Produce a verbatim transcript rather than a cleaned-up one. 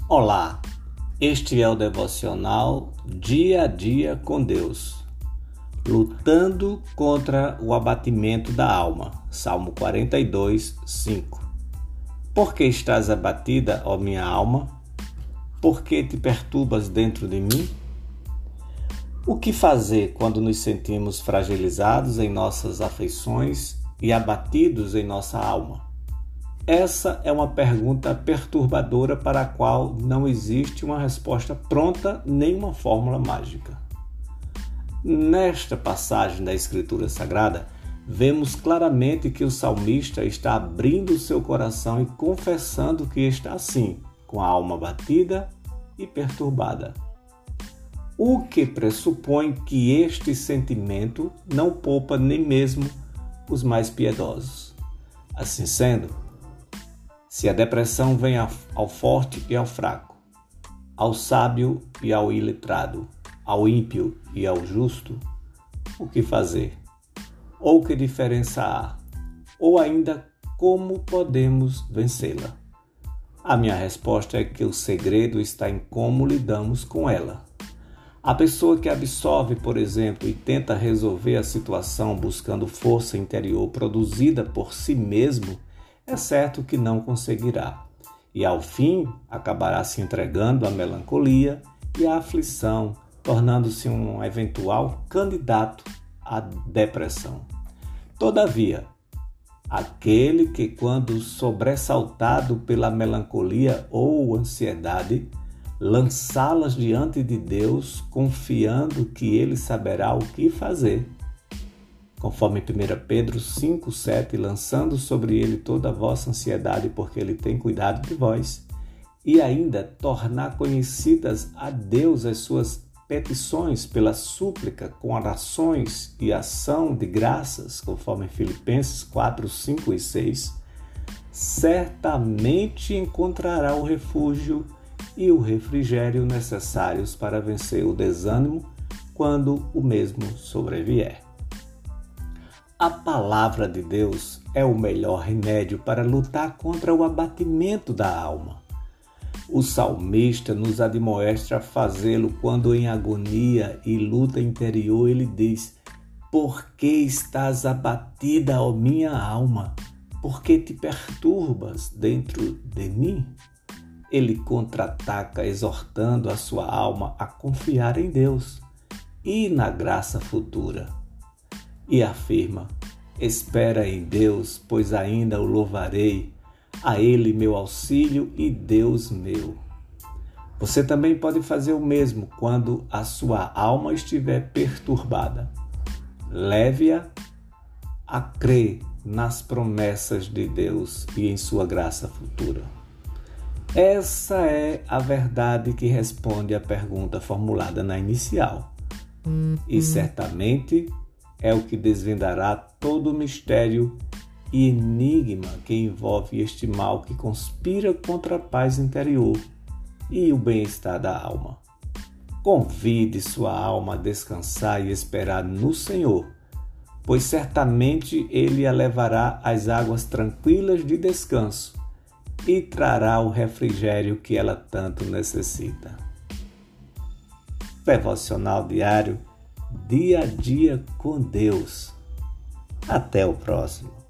Olá, este é o devocional Dia a Dia com Deus, lutando contra o abatimento da alma. Salmo quarenta e dois, cinco. Por que estás abatida, ó minha alma? Por que te perturbas dentro de mim? O que fazer quando nos sentimos fragilizados em nossas afeições e abatidos em nossa alma? Essa é uma pergunta perturbadora para a qual não existe uma resposta pronta nem uma fórmula mágica. Nesta passagem da Escritura Sagrada, vemos claramente que o salmista está abrindo o seu coração e confessando que está assim, com a alma abatida e perturbada. O que pressupõe que este sentimento não poupa nem mesmo os mais piedosos. Assim sendo, se a depressão vem ao forte e ao fraco, ao sábio e ao iletrado, ao ímpio e ao justo, o que fazer? Ou que diferença há? Ou ainda, como podemos vencê-la? A minha resposta é que o segredo está em como lidamos com ela. A pessoa que absorve, por exemplo, e tenta resolver a situação buscando força interior produzida por si mesmo, é certo que não conseguirá, e ao fim acabará se entregando à melancolia e à aflição, tornando-se um eventual candidato à depressão. Todavia, aquele que, quando sobressaltado pela melancolia ou ansiedade, lançá-las diante de Deus, confiando que Ele saberá o que fazer, conforme primeira Pedro cinco, sete, lançando sobre ele toda a vossa ansiedade, porque ele tem cuidado de vós, e ainda tornar conhecidas a Deus as suas petições pela súplica, com orações e ação de graças, conforme Filipenses quatro, cinco e seis, certamente encontrará o refúgio e o refrigério necessários para vencer o desânimo quando o mesmo sobrevier. A palavra de Deus é o melhor remédio para lutar contra o abatimento da alma. O salmista nos admoesta a fazê-lo quando em agonia e luta interior ele diz: por que estás abatida, ó minha alma? Por que te perturbas dentro de mim? Ele contra-ataca exortando a sua alma a confiar em Deus e na graça futura. E afirma: espera em Deus, pois ainda o louvarei, a Ele meu auxílio e Deus meu. Você também pode fazer o mesmo quando a sua alma estiver perturbada. Leve-a a crer nas promessas de Deus e em sua graça futura. Essa é a verdade que responde à pergunta formulada na inicial. E certamente é o que desvendará todo o mistério e enigma que envolve este mal que conspira contra a paz interior e o bem-estar da alma. Convide sua alma a descansar e esperar no Senhor, pois certamente Ele a levará às águas tranquilas de descanso e trará o refrigério que ela tanto necessita. Devocional diário, dia a dia com Deus. Até o próximo.